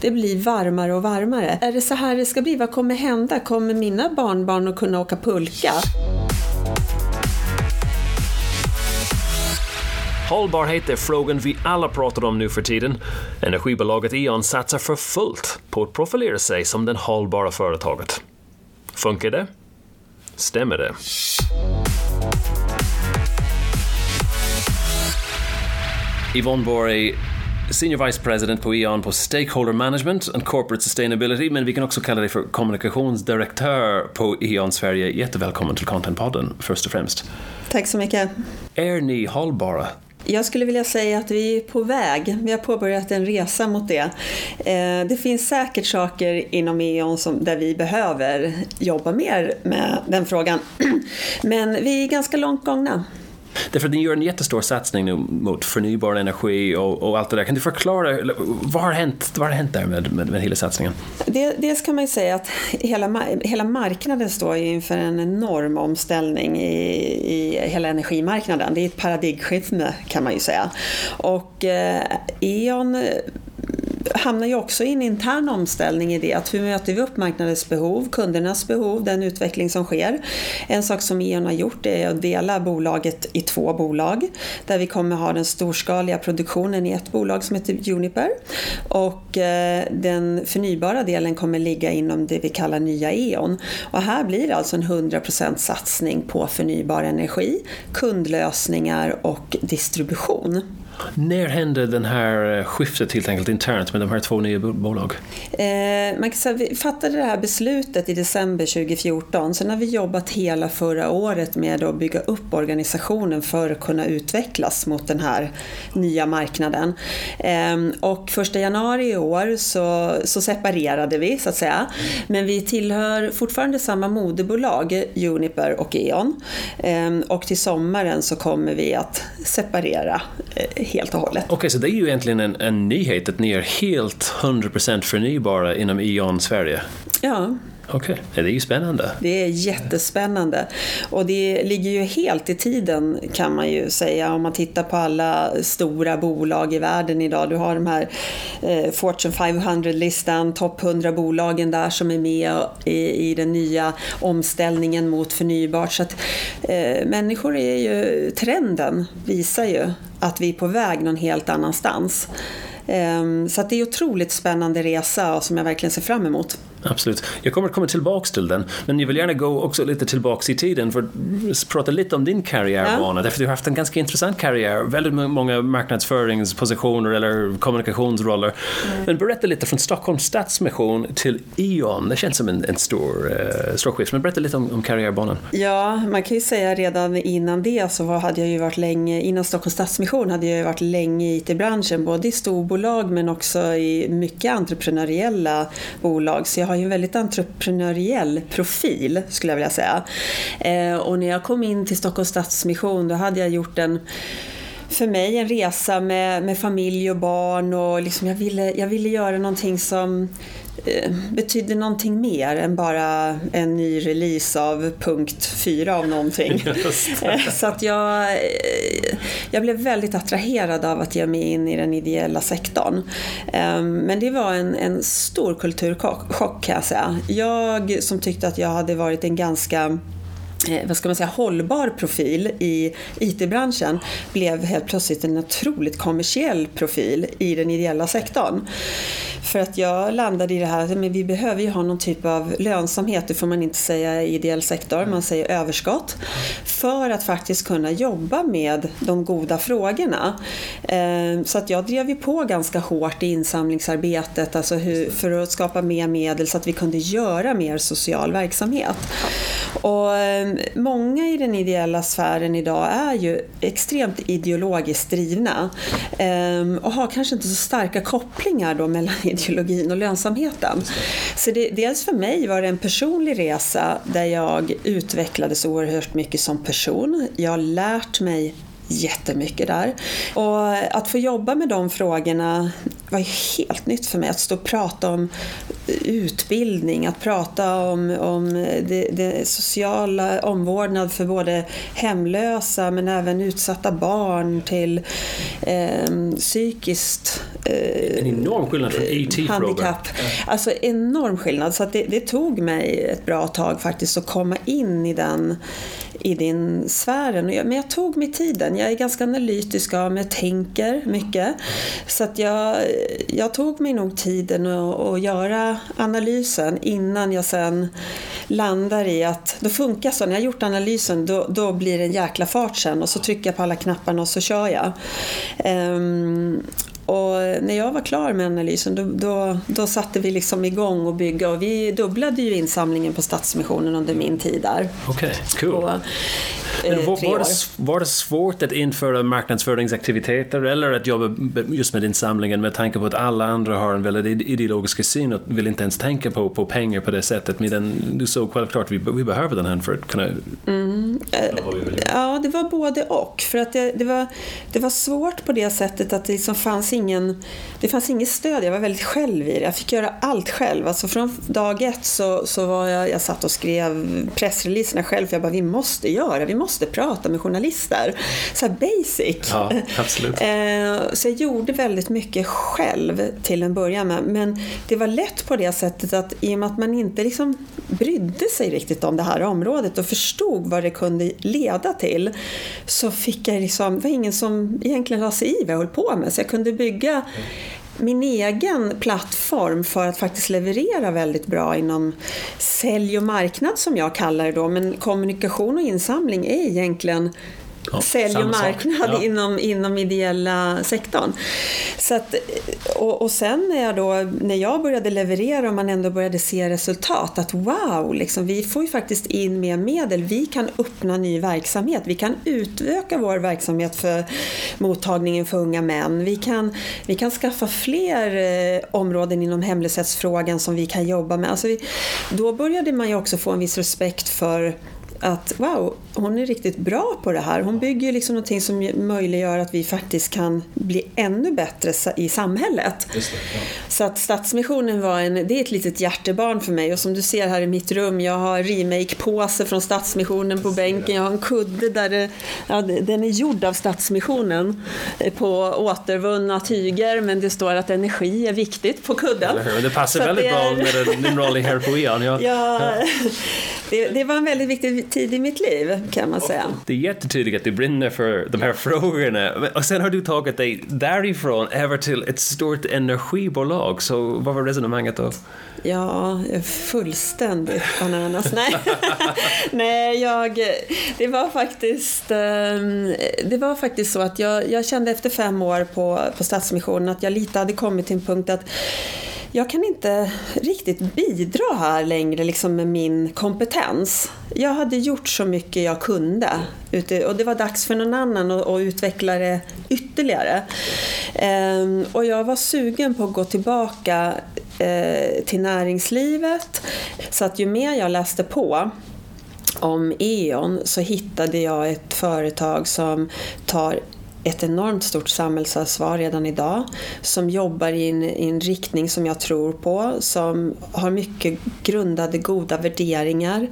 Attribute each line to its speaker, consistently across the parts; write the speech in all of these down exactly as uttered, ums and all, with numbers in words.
Speaker 1: Det blir varmare och varmare. Är det så här det ska bli? Vad kommer hända? Kommer mina barnbarn att kunna åka pulka?
Speaker 2: Hållbarhet är frågan vi alla pratar om nu för tiden. Energibolaget E.ON satsar för fullt på att profilera sig som den hållbara företaget. Funkar det? Stämmer det? Yvonne Borg, Senior Vice President på E.ON på Stakeholder Management and Corporate Sustainability, men vi kan också kalla dig för kommunikationsdirektör på E.ON Sverige. Jättevälkommen till Contentpodden först och främst.
Speaker 1: Tack så mycket.
Speaker 2: Är ni hållbara?
Speaker 1: Jag skulle vilja säga att vi är på väg. Vi har påbörjat en resa mot det. Eh, det finns säkert saker inom E.ON som, där vi behöver jobba mer med den frågan. Men vi är ganska långt gångna.
Speaker 2: Därför att ni gör en jättestor satsning nu mot förnybar energi och, och allt det där. Kan du förklara, vad har hänt, vad har hänt där med, med, med hela satsningen?
Speaker 1: Det, dels kan man ju säga att hela, hela marknaden står inför en enorm omställning i, i hela energimarknaden. Det är ett paradigmskifte kan man ju säga. Och eh, E.ON hamnar ju också i en intern omställning i det att hur möter vi upp marknadens behov, kundernas behov, den utveckling som sker. En sak som E.ON har gjort är att dela bolaget i två bolag där vi kommer ha den storskaliga produktionen i ett bolag som heter Uniper och eh, den förnybara delen kommer ligga inom det vi kallar nya E.ON. Och här blir det alltså en hundra procent satsning på förnybar energi, kundlösningar och distribution.
Speaker 2: När hände den här skiftet helt enkelt internt med de här två nya bolag?
Speaker 1: Eh, man kan säga, vi fattade det här beslutet i december tjugo fjorton. Sen har vi jobbat hela förra året med att bygga upp organisationen för att kunna utvecklas mot den här nya marknaden. Eh, och första januari i år så, så separerade vi så att säga. Men vi tillhör fortfarande samma moderbolag, Uniper och E.ON. Eh, och till sommaren så kommer vi att separera eh, helt och hållet.
Speaker 2: Okej, okay, så det är ju egentligen en, en nyhet att ni är helt hundra procent förnybara inom E.ON Sverige.
Speaker 1: Ja.
Speaker 2: Okej, okay. Det är ju spännande.
Speaker 1: Det är jättespännande. Och det ligger ju helt i tiden kan man ju säga om man tittar på alla stora bolag i världen idag. Du har de här eh, Fortune femhundra-listan, topp hundra bolagen där som är med i, i den nya omställningen mot förnybart. Så att eh, människor är ju, trenden visar ju att vi är på väg någon helt annanstans. Så att det är otroligt spännande resa som jag verkligen ser fram emot.
Speaker 2: Absolut. Jag kommer att komma tillbaka till den, men jag vill gärna gå också lite tillbaka i tiden för att prata lite om din karriärbana. Ja. Därför att du har haft en ganska intressant karriär. Väldigt många marknadsföringspositioner eller kommunikationsroller. Mm. Men berätta lite från Stockholms Stadsmission till E.ON. Det känns som en, en stor, uh, stor skift. Men berätta lite om, om karriärbanan.
Speaker 1: Ja, man kan ju säga redan innan det så var, hade jag ju varit länge, innan Stockholms Stadsmission hade jag ju varit länge i I T-branschen, både i storbolag men också i mycket entreprenöriella bolag. Så jag har ju en väldigt entreprenöriell profil skulle jag vilja säga. Eh, och när jag kom in till Stockholms Stadsmission då hade jag gjort en för mig en resa med, med familj och barn och liksom jag, ville, jag ville göra någonting som eh, betydde någonting mer än bara en ny release av punkt fyra av någonting. Så att jag, jag blev väldigt attraherad av att ge mig in i den ideella sektorn. Men det var en, en stor kulturchock kan jag säga. Jag som tyckte att jag hade varit en ganska vad ska man säga, hållbar profil i I T-branschen blev helt plötsligt en otroligt kommersiell profil i den ideella sektorn. För att jag landade i det här, men vi behöver ju ha någon typ av lönsamhet, det får man inte säga i ideell sektor, man säger överskott, för att faktiskt kunna jobba med de goda frågorna. Så att jag drev ju på ganska hårt i insamlingsarbetet, alltså hur, för att skapa mer medel så att vi kunde göra mer social verksamhet. Och många i den ideella sfären idag är ju extremt ideologiskt drivna och har kanske inte så starka kopplingar då mellan ideologin och lönsamheten. Så det, dels för mig var det en personlig resa där jag utvecklades oerhört mycket som person. Jag har lärt mig jättemycket där. Och att få jobba med de frågorna var ju helt nytt för mig. Att stå och prata om utbildning, att prata om, om det, det sociala omvårdnad för både hemlösa men även utsatta barn till eh, psykiskt eh,
Speaker 2: en enorm skillnad från E T
Speaker 1: handikapp. Alltså enorm skillnad. Så att det, det tog mig ett bra tag faktiskt att komma in i den i din sfären. Men jag tog mig tiden. Jag är ganska analytisk av mig, jag tänker mycket. Så att jag, jag tog mig nog tiden att, att göra analysen innan jag sen landar i att då funkar så. När jag har gjort analysen då, då blir det en jäkla fart sen och så trycker jag på alla knapparna och så kör jag. Um, Och när jag var klar med analysen då, då, då satte vi liksom igång och bygga och vi dubblade ju insamlingen på Stadsmissionen under min tid där.
Speaker 2: Okej, okay, cool. På, Men var, var, det, var det svårt att införa marknadsföringsaktiviteter eller att jobba just med insamlingen med tanke på att alla andra har en väldigt ideologisk syn och vill inte ens tänka på, på pengar på det sättet, medan du såg självklart vi, vi behöver den här för att kunna...
Speaker 1: Mm. Ja, det var både och. För att det, det, var, det var svårt på det sättet att det liksom fanns ingen, det fanns inget stöd. Jag var väldigt själv i det. Jag fick göra allt själv. Alltså från dag ett så, så var jag, jag satt och skrev pressreleaserna själv för jag bara, vi måste göra, vi måste prata med journalister. Så här basic.
Speaker 2: Ja, absolut.
Speaker 1: Så jag gjorde väldigt mycket själv till en början med. Men det var lätt på det sättet att i och med att man inte liksom brydde sig riktigt om det här området och förstod vad det kunde leda till, så fick jag liksom, det var ingen som egentligen la sig i vad jag höll på med. Så jag kunde bygga min egen plattform för att faktiskt leverera väldigt bra inom sälj och marknad som jag kallar det då. Men kommunikation och insamling är egentligen ja, sälj och marknad ja. inom, inom ideella sektorn. Så att, och, och sen när jag, då, när jag började leverera och man ändå började se resultat, att wow, liksom, vi får ju faktiskt in mer medel, vi kan öppna ny verksamhet, vi kan utöka vår verksamhet för mottagningen för unga män, vi kan, vi kan skaffa fler eh, områden inom hemlöshetsfrågan som vi kan jobba med. Alltså vi, då började man ju också få en viss respekt för att wow, hon är riktigt bra på det här. Hon bygger liksom någonting som möjliggör att vi faktiskt kan bli ännu bättre i samhället. Just det, ja. Så att Stadsmissionen var en, det är ett litet hjärtebarn för mig. Och som du ser här i mitt rum, jag har remake-påse från Stadsmissionen på bänken. Jag har en kudde där det, ja, den är gjord av Stadsmissionen på återvunna tyger, men det står att energi är viktigt på kudden.
Speaker 2: Det passar så väldigt det är... bra med din roll här på Ian. Ja,
Speaker 1: ja det, det var en väldigt viktig tid i mitt liv, kan man säga.
Speaker 2: Det är jättetydligt att du brinner för de här frågorna. Och sen har du tagit dig därifrån över till ett stort energibolag. Så vad var resonemanget då?
Speaker 1: Ja, fullständigt bananas. Nej, Nej jag, det var faktiskt det var faktiskt så att jag, jag kände efter fem år på, på Stadsmissionen att jag lite hade kommit till en punkt att jag kan inte riktigt bidra här längre liksom med min kompetens. Jag hade gjort så mycket jag kunde ute, och det var dags för någon annan att, att utveckla det ytterligare. Ehm, och jag var sugen på att gå tillbaka eh, till näringslivet. Så att ju mer jag läste på om E.ON så hittade jag ett företag som tar ett enormt stort samhällsansvar redan idag, som jobbar i en, i en riktning som jag tror på, som har mycket grundade goda värderingar.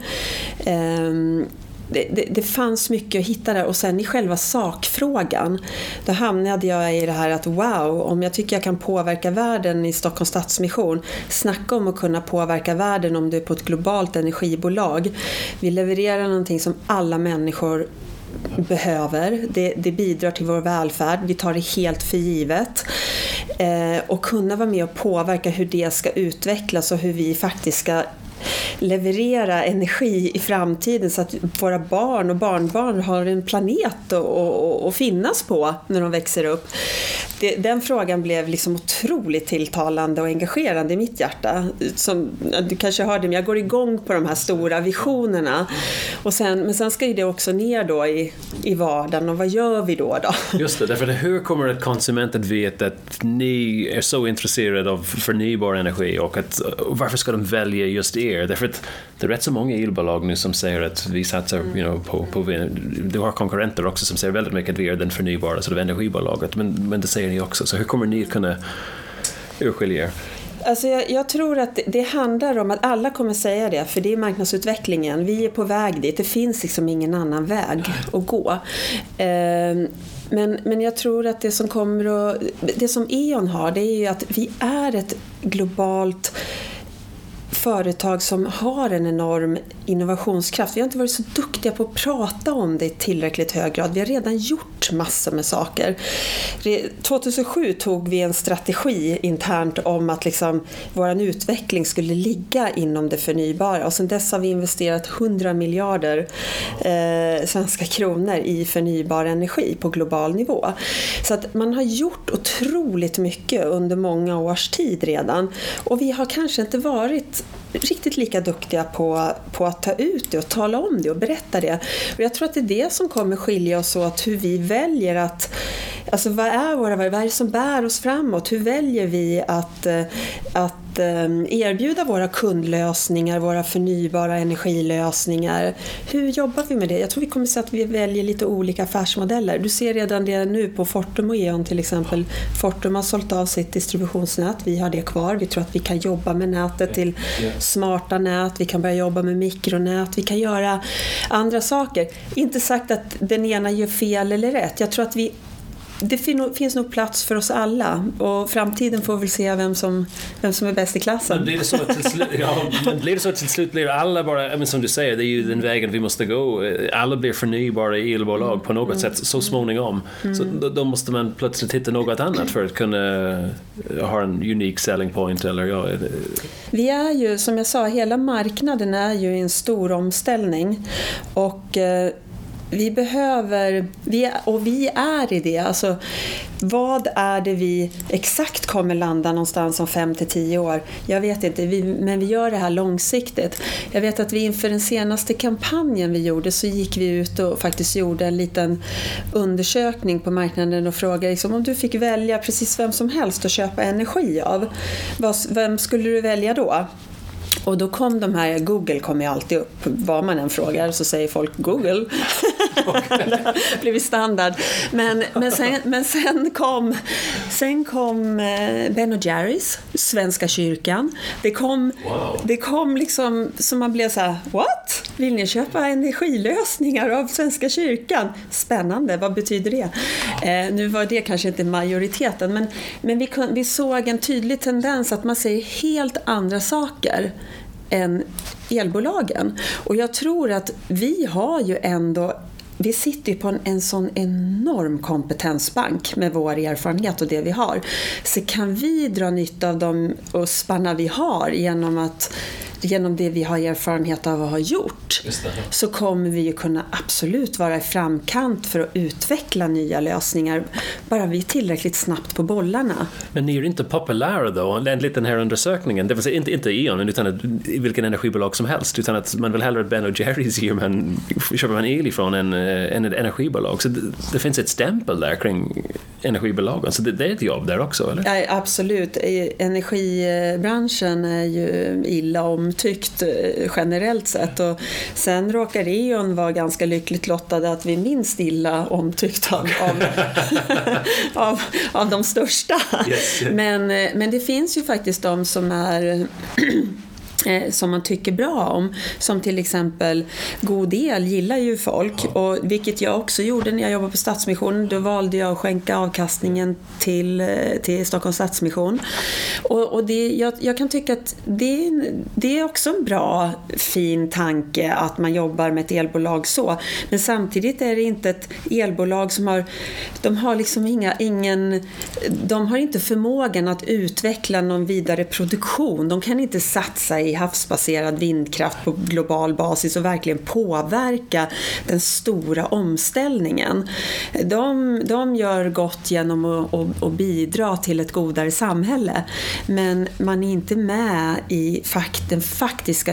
Speaker 1: Um, Det, det, det fanns mycket att hitta där, och sen i själva sakfrågan då hamnade jag i det här att wow, om jag tycker jag kan påverka världen i Stockholms Stadsmission, snacka om att kunna påverka världen om du är på ett globalt energibolag. Vi levererar någonting som alla människor behöver, det, det bidrar till vår välfärd, vi tar det helt för givet, eh, och kunna vara med och påverka hur det ska utvecklas och hur vi faktiskt ska leverera energi i framtiden så att våra barn och barnbarn har en planet att finnas på när de växer upp. Det, den frågan blev liksom otroligt tilltalande och engagerande i mitt hjärta. Som, du kanske hörde, men jag går igång på de här stora visionerna. Och sen, men sen ska ju det också ner då i, i vardagen, och vad gör vi då då?
Speaker 2: Just det, därför hur kommer ett konsument att veta att ni är så intresserade av förnybar energi, och att, och varför ska de välja just er? idéer. Därför att det är rätt så många elbolag nu som säger att vi satsar mm. you know, på, på du har konkurrenter också som säger väldigt mycket att vi är den förnybara, så det är energibolaget, men, men det säger ni också. Så hur kommer ni kunna urskilja er?
Speaker 1: Alltså jag, jag tror att det handlar om att alla kommer säga det, för det är marknadsutvecklingen. Vi är på väg dit. Det finns liksom ingen annan väg att gå. Eh, men, men jag tror att det som kommer att, det som E.ON har, det är ju att vi är ett globalt företag som har en enorm innovationskraft. Vi har inte varit så duktiga på att prata om det i tillräckligt hög grad. Vi har redan gjort massor med saker. tjugohundrasju tog vi en strategi internt om att liksom vår utveckling skulle ligga inom det förnybara, och sedan dess har vi investerat hundra miljarder eh, svenska kronor i förnybar energi på global nivå. Så att man har gjort otroligt mycket under många års tid redan, och vi har kanske inte varit riktigt lika duktiga på, på att ta ut det och tala om det och berätta det. Och jag tror att det är det som kommer skilja oss åt, hur vi väljer att, alltså vad är våra, vad är det som bär oss framåt? Hur väljer vi att, att erbjuda våra kundlösningar, våra förnybara energilösningar? Hur jobbar vi med det? Jag tror vi kommer se att vi väljer lite olika affärsmodeller. Du ser redan det nu på Fortum och E.ON till exempel. Fortum har sålt av sitt distributionsnät. Vi har det kvar. Vi tror att vi kan jobba med nätet till smarta nät. Vi kan börja jobba med mikronät. Vi kan göra andra saker. Inte sagt att den ena gör fel eller rätt. Jag tror att vi Det finns nog plats för oss alla, och framtiden får väl se vem som, vem som är bäst i klassen.
Speaker 2: Men blir det så att till slut, ja, men blir det så att till slut blir alla bara, men som du säger, det är ju den vägen vi måste gå. Alla blir förnybara elbolag mm. på något mm. sätt så småningom. Mm. Så då, då måste man plötsligt hitta något annat för att kunna ha en unique selling point. Eller, ja.
Speaker 1: Vi är ju, som jag sa, hela marknaden är ju i en stor omställning, och eh, vi behöver, vi, och vi är i det, alltså vad är det vi exakt kommer landa någonstans om fem till tio år? Jag vet inte, vi, men vi gör det här långsiktigt. Jag vet att vi inför den senaste kampanjen vi gjorde så gick vi ut och faktiskt gjorde en liten undersökning på marknaden och frågade liksom, om du fick välja precis vem som helst att köpa energi av, vad, vem skulle du välja då? Och då kom de här, Google kommer ju alltid upp, vad man än frågar så säger folk Google. Det blev standard. Men, men, sen, men sen kom sen kom Ben och Jerrys, Svenska kyrkan. Det kom, wow. det kom liksom, så man blev så här, what? Vill ni köpa energilösningar av Svenska kyrkan? Spännande, vad betyder det? Eh, nu var det kanske inte majoriteten, men, men vi, vi såg en tydlig tendens att man säger helt andra saker än elbolagen. Och jag tror att vi har ju ändå, vi sitter ju på en, en sån enorm kompetensbank med vår erfarenhet och det vi har. Så kan vi dra nytta av dem och spanna vi har genom att genom det vi har erfarenhet av att ha gjort, så kommer vi ju kunna absolut vara i framkant för att utveckla nya lösningar, bara vi är tillräckligt snabbt på bollarna.
Speaker 2: Men ni är inte populära då, enligt den här undersökningen. Det vill säga inte, inte E.ON, utan att, vilken energibolag som helst, utan att man vill hellre Ben och Jerrys ger man, köper man el ifrån en, en energibolag. Så det, det finns ett stämpel där kring energibolagen, så det, det är ett jobb där också, eller?
Speaker 1: Ja, absolut. Energibranschen är ju illa om tyckt generellt sett, och sen råkar E.ON vara ganska lyckligt lottade att vi minst illa omtyckt av, av, av, av de största. Yes. Men, men det finns ju faktiskt de som är som man tycker bra om, som till exempel God El gillar ju folk, och vilket jag också gjorde när jag jobbade på Stadsmissionen. Då valde jag att skänka avkastningen till, till Stockholms Stadsmission, och, och det, jag, jag kan tycka att det, det är också en bra, fin tanke att man jobbar med ett elbolag så, men samtidigt är det inte ett elbolag som har, de har liksom inga, ingen, de har inte förmågan att utveckla någon vidare produktion. De kan inte satsa i havsbaserad vindkraft på global basis och verkligen påverka den stora omställningen. De, de gör gott genom att, att, att bidra till ett godare samhälle, men man är inte med i fakt, den faktiska ut,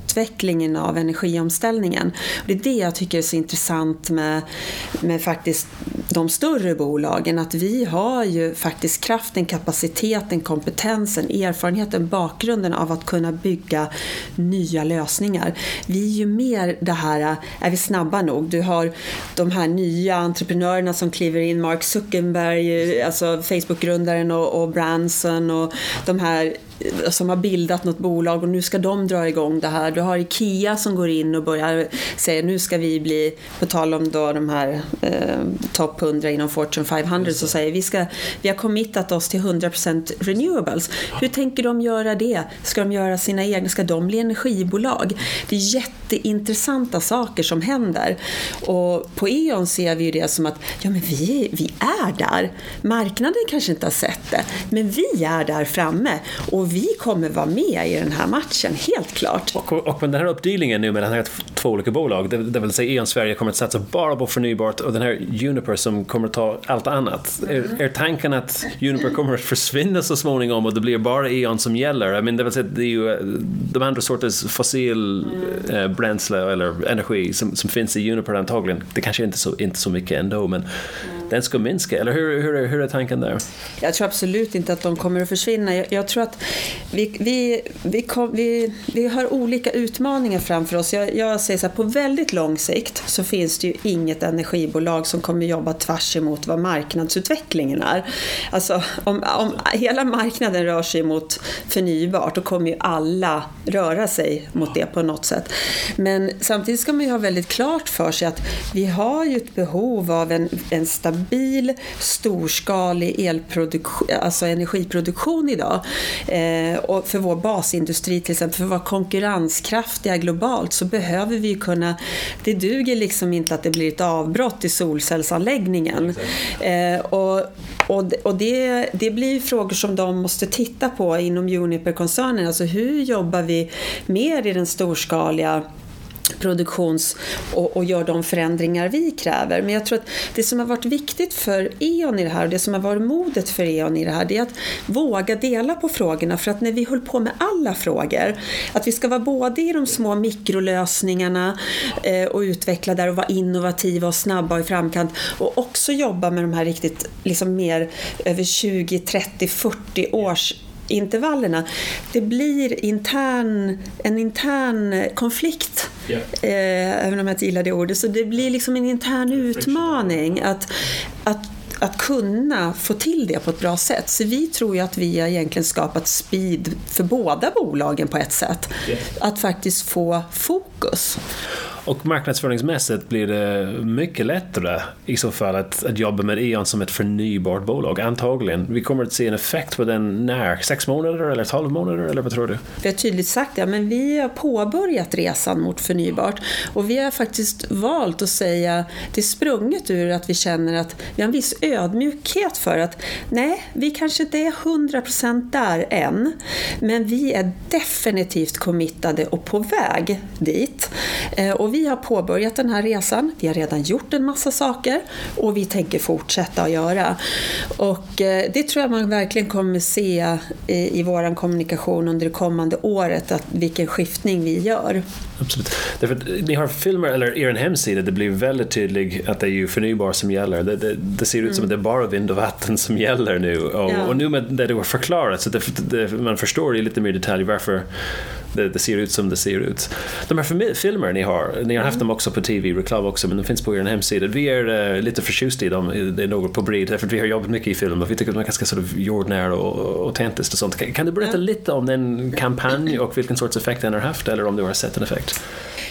Speaker 1: utvecklingen av energiomställningen. Och det är det jag tycker är så intressant med, med faktiskt de större bolagen, att vi har ju faktiskt kraften, kapaciteten, kompetensen, erfarenheten, bakgrunden av att kunna bygga nya lösningar. Vi är ju mer det här, är vi snabba nog? Du har de här nya entreprenörerna som kliver in, Mark Zuckerberg, alltså Facebook-grundaren och, och Branson och de här som har bildat något bolag och nu ska de dra igång det här. Du har IKEA som går in och börjar säga nu ska vi bli, på tal om då de här eh, topp hundra inom Fortune femhundra, så säger vi ska, vi har committat oss till hundra procent renewables. Hur tänker de göra det? Ska de göra sina egna, ska de bli energibolag? Det är jätteintressanta saker som händer. Och på E.ON ser vi ju det som att ja, men vi, vi är där. Marknaden kanske inte har sett det, men vi är där framme och vi kommer vara med i den här matchen, helt klart.
Speaker 2: Och, och med den här uppdelningen nu mellan två olika bolag, det, det vill säga E.ON Sverige kommer att satsa bara på förnybart och den här Uniper som kommer att ta allt annat. Mm. Är, är tanken att Uniper kommer att försvinna så småningom och det blir bara E.ON som gäller? I mean, det vill säga, det är ju de andra sorters fossil mm. eh, bränsle eller energi som, som finns i Uniper antagligen. Det kanske inte så, inte så mycket ändå, men mm. den ska minska. Eller hur, hur, är, hur är tanken där?
Speaker 1: Jag tror absolut inte att de kommer att försvinna. Jag, jag tror att vi, vi, vi, kom, vi, vi har olika utmaningar framför oss. Jag, jag säger så här, på väldigt lång sikt så finns det ju inget energibolag som kommer jobba tvärs emot vad marknadsutvecklingen är. Alltså om, om hela marknaden rör sig mot förnybart, då kommer ju alla röra sig mot det på något sätt. Men samtidigt ska man ju ha väldigt klart för sig att vi har ju ett behov av en, en stabil, storskalig elproduktion, alltså energiproduktion idag. Eh, och för vår basindustri till exempel, för att vara konkurrenskraftiga globalt, så behöver vi kunna, det duger liksom inte att det blir ett avbrott i solcellsanläggningen. Eh, och och, och det, det blir frågor som de måste titta på inom Uniper-koncernen. Alltså hur jobbar vi mer i den storskaliga produktions och, och gör de förändringar vi kräver. Men jag tror att det som har varit viktigt för E.ON i det här och det som har varit modet för E.ON i det här, det är att våga dela på frågorna, för att när vi höll på med alla frågor, att vi ska vara både i de små mikrolösningarna eh, och utveckla där och vara innovativa och snabba och i framkant, och också jobba med de här riktigt liksom mer över tjugo, trettio, fyrtio års intervallerna. Det blir intern, en intern konflikt, yeah. eh, även om jag inte gillar det ordet, så det blir liksom en intern utmaning att, att, att kunna få till det på ett bra sätt. Så vi tror ju att vi har egentligen skapat speed för båda bolagen på ett sätt, yeah. att faktiskt få fokus.
Speaker 2: Och marknadsföringsmässigt blir det mycket lättare i så fall att, att jobba med E.ON som ett förnybart bolag, antagligen. Vi kommer att se en effekt på den när? Sex månader eller tolv månader, eller vad tror du?
Speaker 1: Vi har tydligt sagt det, ja, men vi har påbörjat resan mot förnybart och vi har faktiskt valt att säga, det är sprunget ur att vi känner att vi har en viss ödmjukhet för att nej, vi kanske inte är hundra procent där än, men vi är definitivt committade och på väg dit. Och vi har påbörjat den här resan. Vi har redan gjort en massa saker och vi tänker fortsätta att göra. Och det tror jag man verkligen kommer se i, i vår kommunikation under det kommande året, att vilken skiftning vi gör.
Speaker 2: Absolut. Därför att ni har filmer, eller er hemsida, det blir väldigt tydligt att det är ju förnybar som gäller. Det, det, det ser ut mm. som att det är bara vind och vatten som gäller nu. Och, ja. och nu med det du har förklarat, så det, det, man förstår i lite mer detalj varför det, det ser ut som det ser ut. De här filmer ni har, ni har haft mm. dem också på T V, reklam också, men de finns på er hemsida. Vi är uh, lite förtjust i dem, det är något på bred, därför att vi har jobbat mycket i film och vi tycker att de är ganska sort of jordnära och autentiskt och sånt. Kan, kan du berätta ja. lite om den kampanj och vilken sorts effekt den har haft, eller om du har sett en effekt?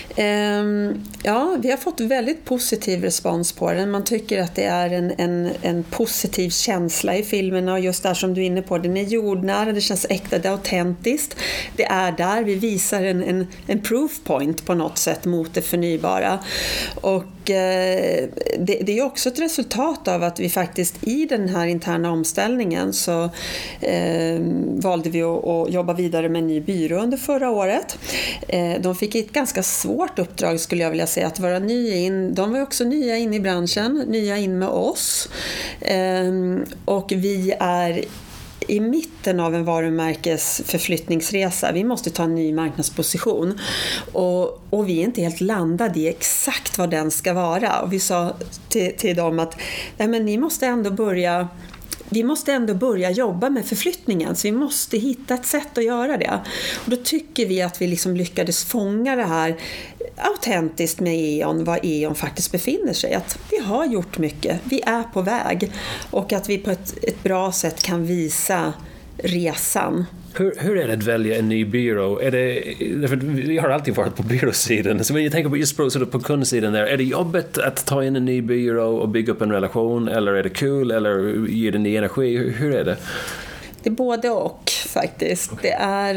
Speaker 1: Um, ja, vi har fått väldigt positiv respons på den. Man tycker att det är en, en, en positiv känsla i filmerna, och just där som du är inne på, den är jordnära, det känns äkta, det är autentiskt. Det är där vi visar en, en, en proof point på något sätt mot det förnybara. Och eh, det, det är också ett resultat av att vi faktiskt i den här interna omställningen så eh, valde vi att, att jobba vidare med en ny byrå under förra året. Eh, de fick ett ganska svårt uppdrag, skulle jag vilja säga, att vara nya in. De var också nya in i branschen, nya in med oss. Eh, och vi är i mitten av en varumärkes förflyttningsresa. Vi måste ta en ny marknadsposition och, och vi är inte helt landade i exakt vad den ska vara. Och vi sa till, till dem att nej, men ni måste ändå börja Vi måste ändå börja jobba med förflyttningen, så vi måste hitta ett sätt att göra det. Och då tycker vi att vi liksom lyckades fånga det här autentiskt med E.ON, var E.ON faktiskt befinner sig. Att vi har gjort mycket, vi är på väg och att vi på ett, ett bra sätt kan visa resan.
Speaker 2: Hur, hur är det att välja en ny byrå? Är det, för vi har alltid varit på byråsidan. Så jag tänker på just på, på kundsidan där. Är det jobbet att ta in en ny byrå och bygga upp en relation? Eller är det kul? Eller ger det ny energi? Hur, hur är det?
Speaker 1: Det är både och faktiskt. Okay. Det är,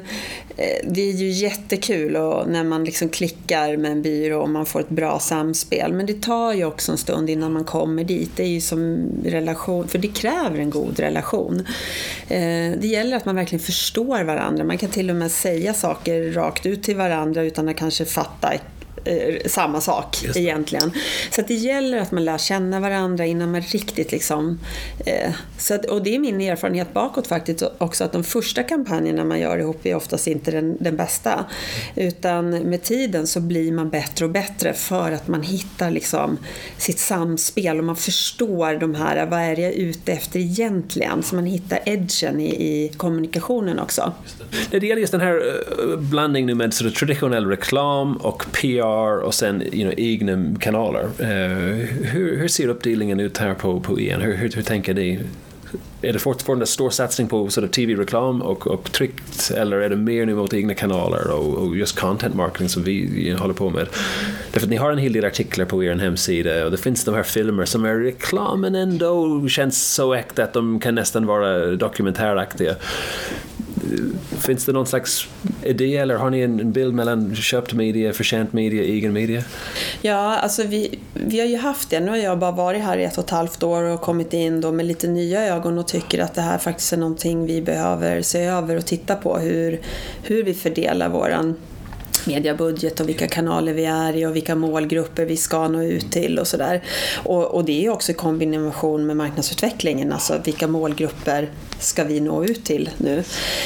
Speaker 1: det är ju jättekul och när man liksom klickar med en byrå och man får ett bra samspel. Men det tar ju också en stund innan man kommer dit. Det är ju som relation, för det kräver en god relation. Det gäller att man verkligen förstår varandra. Man kan till och med säga saker rakt ut till varandra utan att kanske fatta samma sak egentligen. Så att det gäller att man lär känna varandra innan man riktigt liksom eh, så att, och det är min erfarenhet bakåt faktiskt också, att de första kampanjerna man gör ihop är oftast inte den, den bästa, utan med tiden så blir man bättre och bättre för att man hittar liksom sitt samspel och man förstår de här, vad är jag ute efter egentligen, så man hittar edgen i, i kommunikationen också.
Speaker 2: Det. Det gäller just den här uh, blandningen med så traditionell reklam och P R och sen you know, egna kanaler. Uh, hur, hur ser uppdelningen ut här på, på E.ON? Hur, hur, hur tänker ni? Är det fortfarande stor satsning på sort of T V-reklam och, och tryckt, eller är det mer nu mot egna kanaler och, och just content marketing som vi you know, håller på med? Därför att ni har en hel del artiklar på er hemsida och det finns de här filmer som är reklamen ändå känns så äkta att de kan nästan vara dokumentäraktiga. Finns det någon slags idé eller har ni en bild mellan köpt media, förtjänt media, egen media?
Speaker 1: Ja, alltså vi, vi har ju haft det. Nu har jag bara varit här i ett och ett halvt år och kommit in då med lite nya ögon och tycker att det här faktiskt är någonting vi behöver se över och titta på. Hur, hur vi fördelar våran mediabudget och vilka kanaler vi är i och vilka målgrupper vi ska nå ut till och sådär. Och, och det är också i kombination med marknadsutvecklingen, alltså vilka målgrupper ska vi nå ut till nu.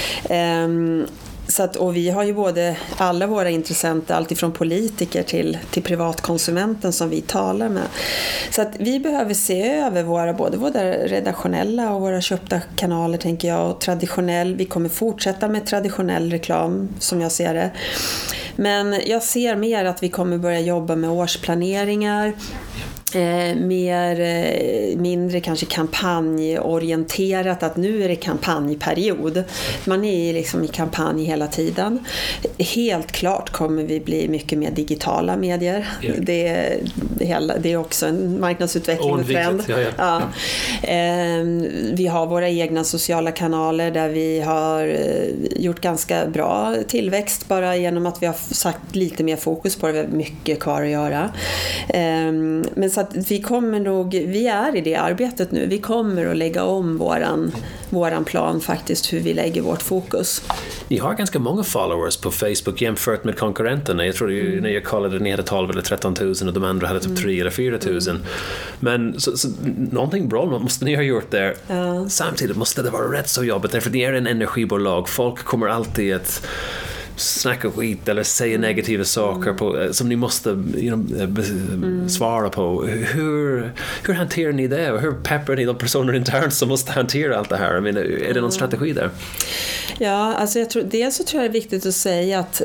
Speaker 1: Um, Så att, och vi har ju både alla våra intressenter, allt ifrån politiker till, till privatkonsumenten som vi talar med. Så att vi behöver se över våra, både våra redaktionella och våra köpta kanaler, tänker jag, och traditionell. Vi kommer fortsätta med traditionell reklam som jag ser det. Men jag ser mer att vi kommer börja jobba med årsplaneringar. Eh, mer, eh, mindre kanske kampanjorienterat, att nu är det kampanjperiod. Man är liksom i kampanj hela tiden. Helt klart kommer vi bli mycket mer digitala medier. Yeah. Det, det, hela, det är också en marknadsutveckling och trend. Ja, ja. Ja. Eh, vi har våra egna sociala kanaler där vi har eh, gjort ganska bra tillväxt bara genom att vi har sagt lite mer fokus på det. Vi har mycket kvar att göra. Eh, men så att vi kommer nog, vi är i det arbetet nu. Vi kommer att lägga om våran, våran plan faktiskt, hur vi lägger vårt fokus.
Speaker 2: Ni har ganska många followers på Facebook jämfört med konkurrenterna. Jag tror mm. när jag kollade ni hade tolv eller tretton tusen och de andra hade typ mm. tre eller fyra tusen. Mm. Men så, så, någonting bra måste ni ha gjort där. Ja. Samtidigt måste det vara rätt så jobbigt, därför det är en energibolag. Folk kommer alltid att snacka skit eller säga negativa saker på, som ni måste you know, mm. svara på. Hur, hur hanterar ni det? Och hur peppar ni de personer internt som måste hantera allt det här? I mean, är det någon strategi där?
Speaker 1: Ja, alltså jag tror, dels så tror jag det är viktigt att säga att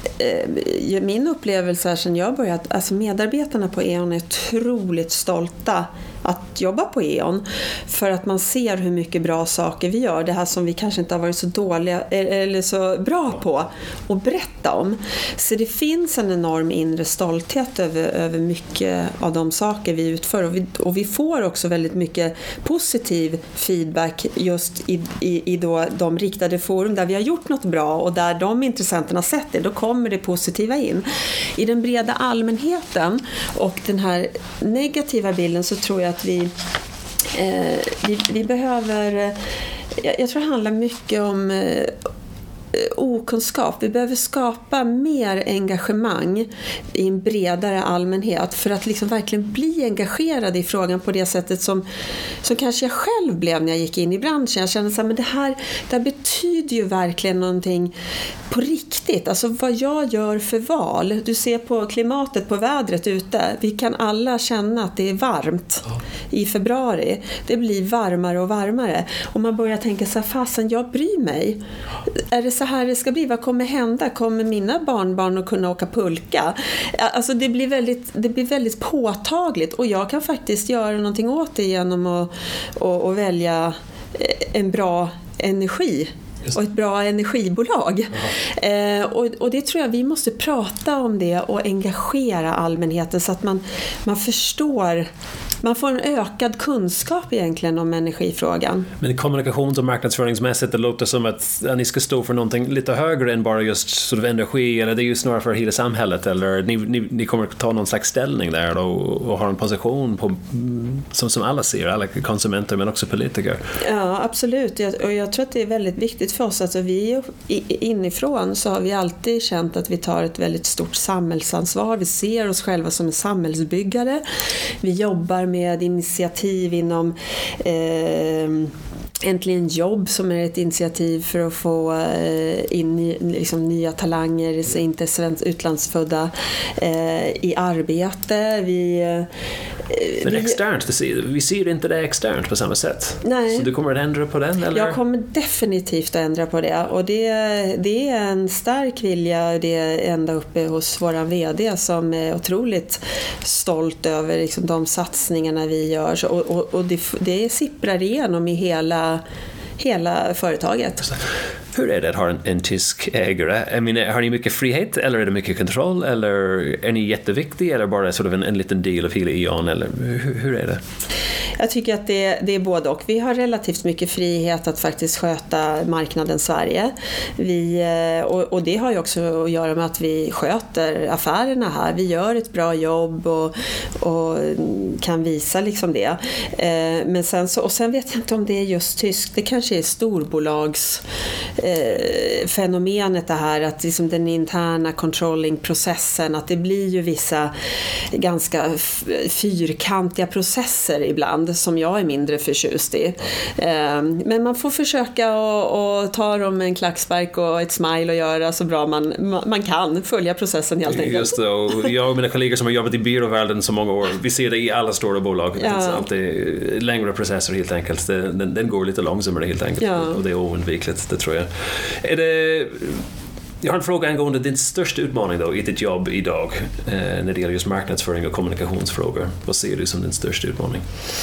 Speaker 1: eh, min upplevelse här sedan jag börjat, alltså medarbetarna på E.ON är otroligt stolta att jobba på E.ON, för att man ser hur mycket bra saker vi gör, det här som vi kanske inte har varit så dåliga eller så bra på att berätta om. Så det finns en enorm inre stolthet över, över mycket av de saker vi utför, och vi, och vi får också väldigt mycket positiv feedback just i, i, i då de riktade forum där vi har gjort något bra och där de intressenterna har sett det, då kommer det positiva in. I den breda allmänheten och den här negativa bilden så tror jag att vi, eh, vi, vi behöver, jag, jag tror det handlar mycket om, eh, okunskap. Vi behöver skapa mer engagemang i en bredare allmänhet för att liksom verkligen bli engagerad i frågan på det sättet som, som kanske jag själv blev när jag gick in i branschen. Jag kände så här, men det här, det här betyder ju verkligen någonting på riktigt. Alltså vad jag gör för val. Du ser på klimatet, på vädret ute. Vi kan alla känna att det är varmt i februari. Det blir varmare och varmare. Och man börjar tänka så här, fasen, jag bryr mig. Är det så här det ska bli? Vad kommer hända? Kommer mina barnbarn att kunna åka pulka? Alltså det blir väldigt, det blir väldigt påtagligt. Och jag kan faktiskt göra någonting åt det genom att, att, att välja en bra energi. Och ett bra energibolag. Eh, och, och det tror jag vi måste prata om det och engagera allmänheten så att man, man förstår, man får en ökad kunskap egentligen om energifrågan.
Speaker 2: Men kommunikations- och marknadsföringsmässigt det låter som att ja, ni ska stå för någonting lite högre än bara just sort of energi, eller det är ju snarare för hela samhället, eller ni, ni, ni kommer att ta någon slags ställning där då, och, och ha en position på, som, som alla ser, alla konsumenter men också politiker.
Speaker 1: Ja, absolut. Jag, och jag tror att det är väldigt viktigt för oss. Alltså vi inifrån så har vi alltid känt att vi tar ett väldigt stort samhällsansvar. Vi ser oss själva som en samhällsbyggare. Vi jobbar med initiativ inom eh, Äntligen jobb som är ett initiativ för att få in liksom, nya talanger, inte utlandsfödda, eh, i arbete. Vi,
Speaker 2: Men vi, externt, vi ser inte det externt på samma sätt.
Speaker 1: Nej.
Speaker 2: Så du kommer att ändra på den? Eller?
Speaker 1: Jag kommer definitivt att ändra på det. Och det, det är en stark vilja, det är ända uppe hos våran vd som är otroligt stolt över liksom, de satsningarna vi gör. Och, och, och det, det sipprar igenom i hela hela företaget.
Speaker 2: Hur är det att ha en, en tysk ägare? Jag menar, har ni mycket frihet eller är det mycket kontroll eller är ni jätteviktig eller bara sort of en, en liten del av hela E.ON eller hur, hur är det?
Speaker 1: Jag tycker att det, det är både och. Vi har relativt mycket frihet att faktiskt sköta marknaden Sverige. Vi, och, och det har ju också att göra med att vi sköter affärerna här. Vi gör ett bra jobb och, och kan visa liksom det. Men sen så, och sen vet jag inte om det är just tyskt. Det kanske är storbolags eh, fenomenet det här att liksom den interna controlling-processen, att det blir ju vissa ganska f- fyrkantiga processer ibland som jag är mindre förtjust i. Eh, men man får försöka och, och ta dem en klackspark och ett smile och göra så bra man, man kan följa processen helt enkelt.
Speaker 2: Just det, och jag och mina kollegor som har jobbat i byråvärlden så många år, vi ser det i alla stora bolag. Ja. Det är alltid längre processer helt enkelt. Den, den går lite långsammare helt enkelt. Ja. Och det är oundvikligt, det tror jag. Är det... Jag har en fråga angående din största utmaning då i ditt jobb idag eh, när det gäller just marknadsföring och kommunikationsfrågor. Vad ser du som din största utmaning?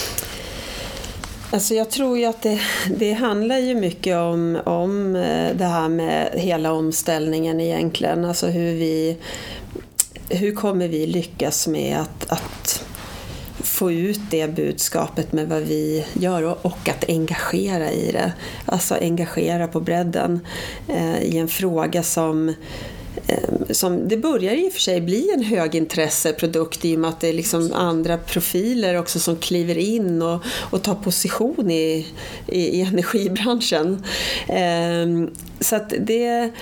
Speaker 1: Alltså jag tror ju att det, det handlar ju mycket om, om det här med hela omställningen egentligen. Alltså hur vi, hur kommer vi lyckas med att, att få ut det budskapet med vad vi gör och, och att engagera i det. Alltså engagera på bredden eh, i en fråga som som det börjar i och för sig bli en högintresseprodukt i och med att det är liksom andra profiler också som kliver in och, och tar position i, i, i energibranschen. Eh, så att det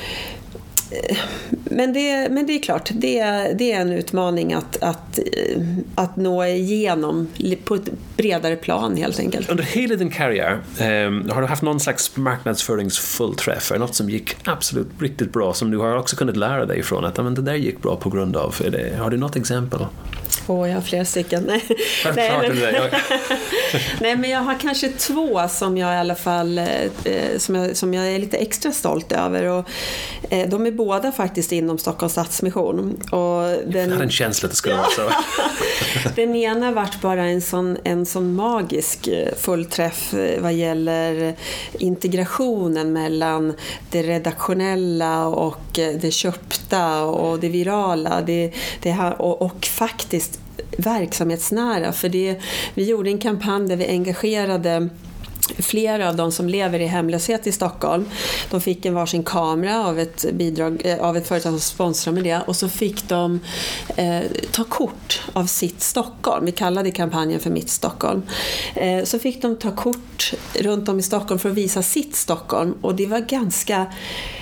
Speaker 1: Men det, men det är klart, det är, det är en utmaning att, att, att nå igenom på ett bredare plan helt enkelt.
Speaker 2: Under hela din karriär um, har du haft någon slags marknadsföringsfullträff, något som gick absolut riktigt bra som du har också kunnat lära dig ifrån att men det där gick bra på grund av. Är det, har du något exempel?
Speaker 1: Åh, oh, jag har flera stycken. Nej. Nej, men... Nej, men jag har kanske två som jag i alla fall eh, som, jag, som jag är lite extra stolt över och eh, de är båda faktiskt inom Stockholms Stadsmission. Och den...
Speaker 2: Jag har en känsla att det ska vara så.
Speaker 1: Den ena vart bara en sån, en sån magisk fullträff vad gäller integrationen mellan det redaktionella och det köpta och det virala det, det här, och, och faktiskt verksamhetsnära. För det, vi gjorde en kampanj där vi engagerade flera av de som lever i hemlöshet i Stockholm. De fick en varsin kamera av ett bidrag av ett företag som sponsrar med det och så fick de eh, ta kort av sitt Stockholm. Vi kallade kampanjen för Mitt Stockholm. Eh, så fick de ta kort runt om i Stockholm för att visa sitt Stockholm och det var ganska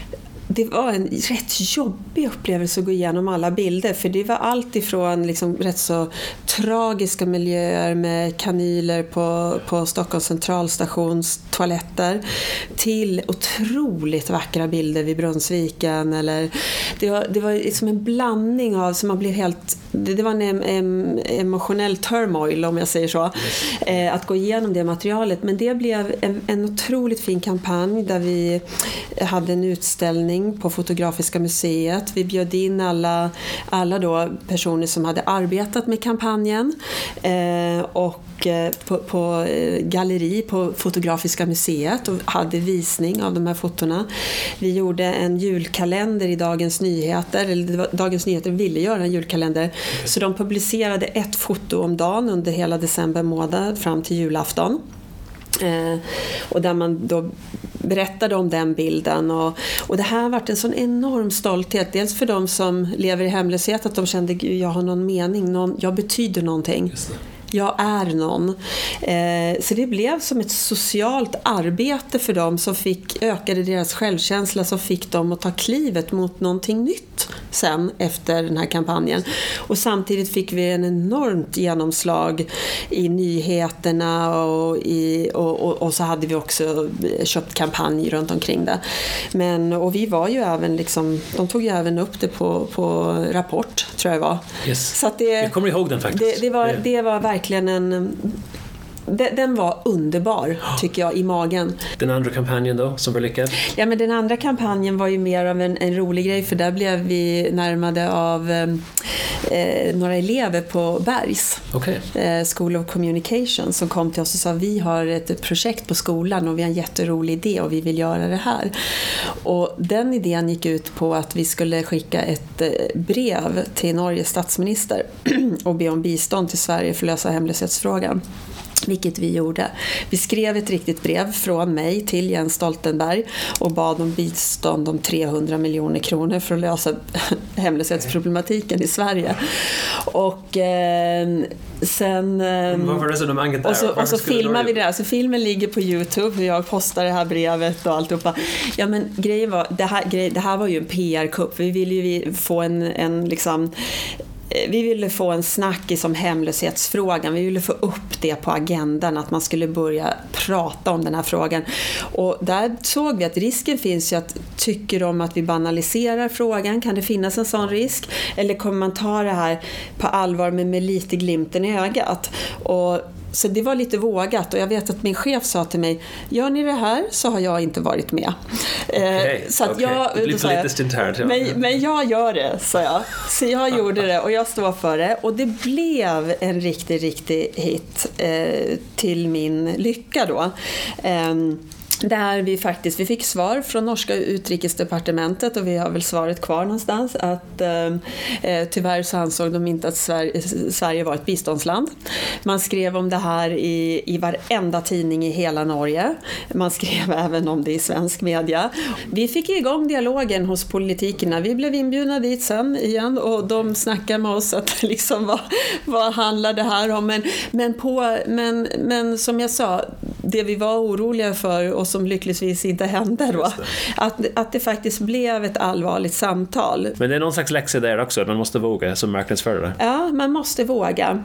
Speaker 1: det var en rätt jobbig upplevelse att gå igenom alla bilder, för det var allt ifrån liksom rätt så tragiska miljöer med kanyler på, på Stockholms centralstations toaletter till otroligt vackra bilder vid Brunnsviken. Eller, det var, det var liksom en blandning av, så man blev helt, det, det var en, en emotionell turmoil, om jag säger så, eh, att gå igenom det materialet. Men det blev en, en otroligt fin kampanj där vi hade en utställning på Fotografiska museet. Vi bjöd in alla, alla då personer som hade arbetat med kampanjen eh, och eh, på, på galleri på Fotografiska museet och hade visning av de här fotorna. Vi gjorde en julkalender i Dagens Nyheter, eller Dagens Nyheter ville göra en julkalender, så de publicerade ett foto om dagen under hela december månad fram till julafton. Eh, och där man då berättade om den bilden, och, och det här har varit en sån enorm stolthet, dels för de som lever i hemlöshet, att de kände att jag har någon mening, någon, jag betyder någonting. Jag är någon. Eh, så det blev som ett socialt arbete för dem som fick, ökade deras självkänsla, som fick dem att ta klivet mot någonting nytt sen efter den här kampanjen. Och samtidigt fick vi en enormt genomslag i nyheterna och, i, och, och, och så hade vi också köpt kampanj runt omkring det. Men, och vi var ju även liksom, de tog ju även upp det på, på Rapport, tror jag det var.
Speaker 2: Yes.
Speaker 1: Så att det,
Speaker 2: jag kommer ihåg den faktiskt.
Speaker 1: Det, det, var, yeah. det var verkligen en... Den var underbar, tycker jag, i magen.
Speaker 2: Den andra kampanjen då, som var lyckad?
Speaker 1: Ja, men den andra kampanjen var ju mer av en, en rolig grej, för där blev vi närmade av eh, några elever på Bergs
Speaker 2: okay.
Speaker 1: eh, School of Communication, som kom till oss och sa: vi har ett projekt på skolan och vi har en jätterolig idé och vi vill göra det här. Och den idén gick ut på att vi skulle skicka ett eh, brev till Norges statsminister och be om bistånd till Sverige för att lösa hemlöshetsfrågan. Vilket vi gjorde. Vi skrev ett riktigt brev från mig till Jens Stoltenberg och bad om bistånd om trehundra miljoner kronor för att lösa hemlöshetsproblematiken i Sverige. Och eh, sen... Eh,
Speaker 2: Vad var resonemanget där?
Speaker 1: Och så, och så filmar vi det där. Så filmen ligger på YouTube och jag postar det här brevet och alltihopa. Ja, men grejen var, det här, grej, det här var ju en P R-kupp. Vi ville ju få en, en liksom... Vi ville få en snackis om hemlöshetsfrågan. Vi ville få upp det på agendan, att man skulle börja prata om den här frågan. Och där såg vi att risken finns ju att, tycker de att vi banaliserar frågan, kan det finnas en sån risk? Eller kommer man ta det här på allvar med, med lite glimten i ögat? Och så det var lite vågat, och jag vet att min chef sa till mig: gör ni det här så har jag inte varit med.
Speaker 2: Okay,
Speaker 1: så att
Speaker 2: okay.
Speaker 1: jag,
Speaker 2: det blir politiskt internt. Ja.
Speaker 1: Men, men jag gör det, sa jag. Så jag gjorde det och jag står för det. Och det blev en riktig, riktig hit eh, till min lycka då. Eh, Där vi faktiskt, vi fick svar från norska utrikesdepartementet, och vi har väl svaret kvar någonstans, att eh, tyvärr så ansåg de inte att Sverige, Sverige var ett biståndsland. Man skrev om det här i, i varenda tidning i hela Norge. Man skrev även om det i svensk media. Vi fick igång dialogen hos politikerna. Vi blev inbjudna dit sen igen, och de snackade med oss att liksom vad, vad handlar det här om. Men, men, på, men, men som jag sa, det vi var oroliga för och som lyckligtvis inte hände då, att, att det faktiskt blev ett allvarligt samtal.
Speaker 2: Men det är någon slags läxa där också, man måste våga som marknadsförare.
Speaker 1: Ja, man måste våga.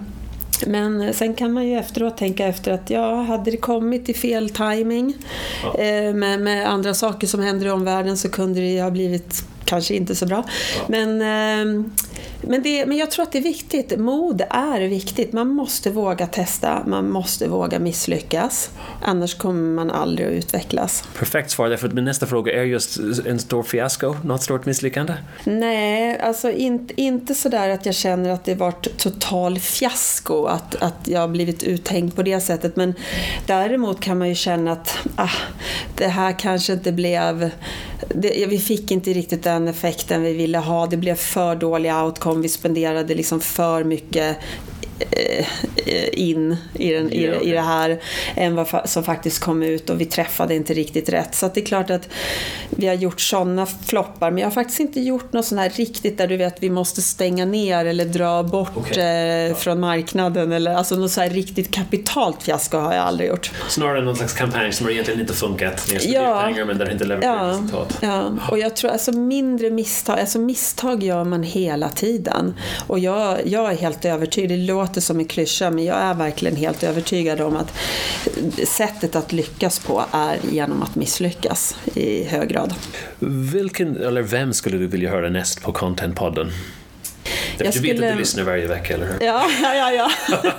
Speaker 1: Men sen kan man ju efteråt tänka efter att ja, hade det kommit i fel timing ja. eh, med, med andra saker som händer i omvärlden, så kunde det ha blivit kanske inte så bra. Ja. Men, eh, men, det, men jag tror att det är viktigt. Mod är viktigt. Man måste våga testa. Man måste våga misslyckas. Annars kommer man aldrig att utvecklas.
Speaker 2: Perfekt svar. Därför att min nästa fråga är just en stor fiasko. Något stort misslyckande?
Speaker 1: Nej, alltså inte, inte så där att jag känner att det varit total fiasko. Att, att jag har blivit uthängd på det sättet. Men däremot kan man ju känna att ah, det här kanske inte blev... Det, vi fick inte riktigt den effekten vi ville ha. Det blev för dålig outcome. Vi spenderade liksom för mycket in i, den, i, i det här än vad som faktiskt kom ut, och vi träffade inte riktigt rätt. Så att det är klart att vi har gjort sådana floppar, men jag har faktiskt inte gjort något sån här riktigt där du vet vi måste stänga ner eller dra bort okay. eh, från marknaden, eller alltså något så här riktigt kapitalt fiasko har jag aldrig gjort.
Speaker 2: Snarare någon slags kampanj som egentligen inte funkat,
Speaker 1: ja,
Speaker 2: pengar, men där inte levererar
Speaker 1: ja,
Speaker 2: resultat.
Speaker 1: Ja, och jag tror alltså mindre misstag, alltså misstag gör man hela tiden, och jag, jag är helt övertygad, det låter som en klyscha, men jag är verkligen helt övertygad om att sättet att lyckas på är genom att misslyckas i hög grad.
Speaker 2: Vilken, eller vem skulle du vilja höra näst på Content-podden? Jag du skulle... vet att du lyssnar varje vecka, eller hur?
Speaker 1: Ja, ja, ja, ja.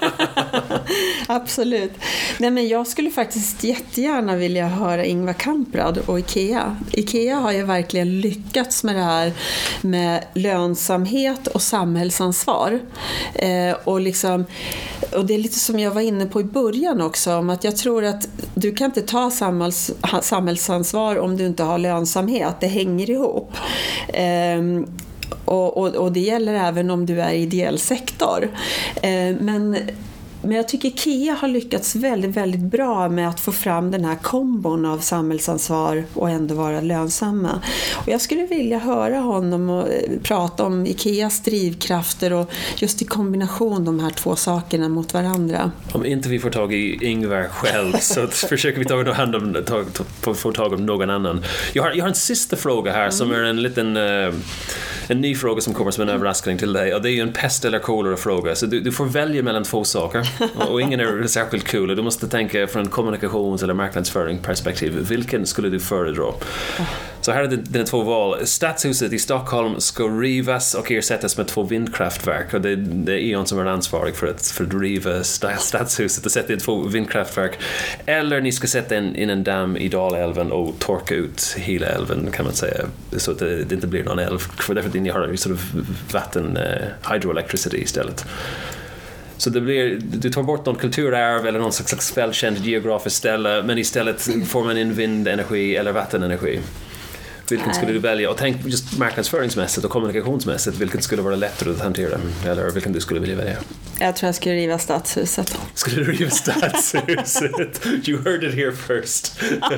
Speaker 1: Absolut. Nej, men jag skulle faktiskt jättegärna vilja höra Ingvar Kamprad och IKEA. IKEA har ju verkligen lyckats med det här med lönsamhet och samhällsansvar. Eh, och, liksom, och det är lite som jag var inne på i början också, om att jag tror att du kan inte ta samhälls, samhällsansvar om du inte har lönsamhet. Det hänger ihop. Eh, Och, och, och det gäller även om du är i ideell sektor. Eh, men, men jag tycker IKEA har lyckats väldigt, väldigt bra med att få fram den här kombon av samhällsansvar och ändå vara lönsamma. Och jag skulle vilja höra honom och prata om IKEAs drivkrafter och just i kombination de här två sakerna mot varandra.
Speaker 2: Om inte vi får tag i Ingvar själv så försöker vi ta hand om, ta, ta, få tag om någon annan. Jag har, jag har en sista fråga här mm. som är en liten... Uh, En ny fråga som kommer som en överraskning till dig, och det är ju en pest eller kolera fråga, så du, du får välja mellan två saker, och ingen är särskilt kul, och du måste tänka från kommunikations- eller marknadsföringsperspektiv. Vilken skulle du föredra? Så här är det dina två val. Stadshuset i Stockholm ska rivas och ersättas med två vindkraftverk, och det, det är E.ON som är ansvarig för att, för att riva stadshuset och sätta in två vindkraftverk. Eller ni ska sätta in, in en damm i Dalälven och torka ut hela älven, kan man säga, så att det, det inte blir någon älv, för därför att ni har sort of vatten, uh, hydroelectricity istället. Så det blir, du tar bort någon kulturarv eller någon slags välkänd geografiskt ställe, men istället får man in vindenergi eller vattenenergi. Vilken Nej. skulle du välja? Och tänk just marknadsföringsmässigt och kommunikationsmässigt, vilket skulle vara lättare att hantera, eller vilken du skulle vilja välja?
Speaker 1: Jag tror jag skulle riva stadshuset.
Speaker 2: Skulle du riva stadshuset? You heard it here first.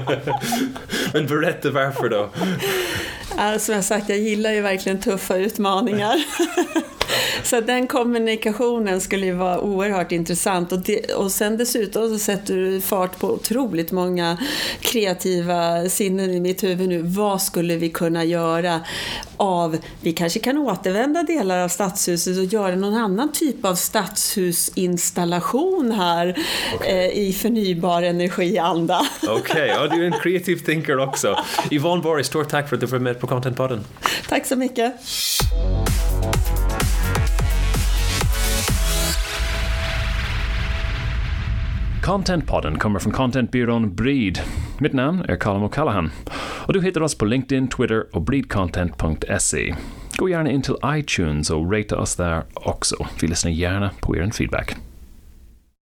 Speaker 2: Men berätta varför då?
Speaker 1: Alltså, som jag sagt, jag gillar ju verkligen tuffa utmaningar. Så den kommunikationen skulle ju vara oerhört intressant, och, det, och sen dessutom så sätter du fart på otroligt många kreativa sinnen i mitt huvud nu. Vad skulle vi kunna göra av, vi kanske kan återvända delar av stadshuset och göra någon annan typ av stadshusinstallation här okay. eh, i förnybar energianda.
Speaker 2: Okej, okay, ja, du är en creative thinker också. Yvonne Borg, stort tack för att du var med på Content-podden.
Speaker 1: Tack så mycket.
Speaker 2: Content-podden kommer från contentbyrån Breed. Mitt namn är Colin O'Callaghan. Och du hittar oss på LinkedIn, Twitter och breedcontent punkt se. Gå gärna in till iTunes och rata oss där också. Vi lyssnar gärna på er feedback.